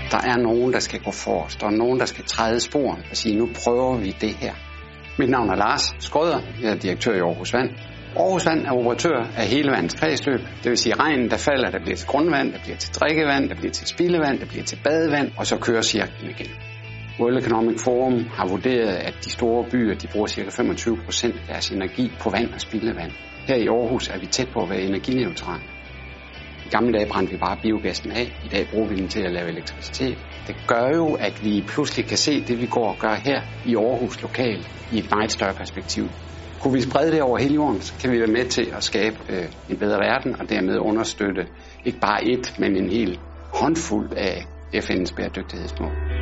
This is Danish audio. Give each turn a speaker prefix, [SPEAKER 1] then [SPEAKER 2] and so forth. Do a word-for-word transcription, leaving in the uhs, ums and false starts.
[SPEAKER 1] Der er nogen, der skal gå forrest, og nogen, der skal træde sporen og sige, nu prøver vi det her. Mit navn er Lars Skrøder, jeg er direktør i Aarhus Vand. Aarhus Vand er operatør af hele vandets kredsløb, det vil sige regnen, der falder, der bliver til grundvand, der bliver til drikkevand, der bliver til spildevand, der bliver til badevand, og så kører cirklen igen. World Economic Forum har vurderet, at de store byer de bruger ca. femogtyve procent af deres energi på vand og spildevand. Her i Aarhus er vi tæt på at være energineutrale. I gamle dage brændte vi bare biogassen af, i dag bruger vi den til at lave elektricitet. Det gør jo, at vi pludselig kan se det, vi går og gør her i Aarhus lokalt, i et meget større perspektiv. Kunne vi sprede det over hele jorden, så kan vi være med til at skabe øh, en bedre verden, og dermed understøtte ikke bare et, men en hel håndfuld af F N's bæredygtighedsmål.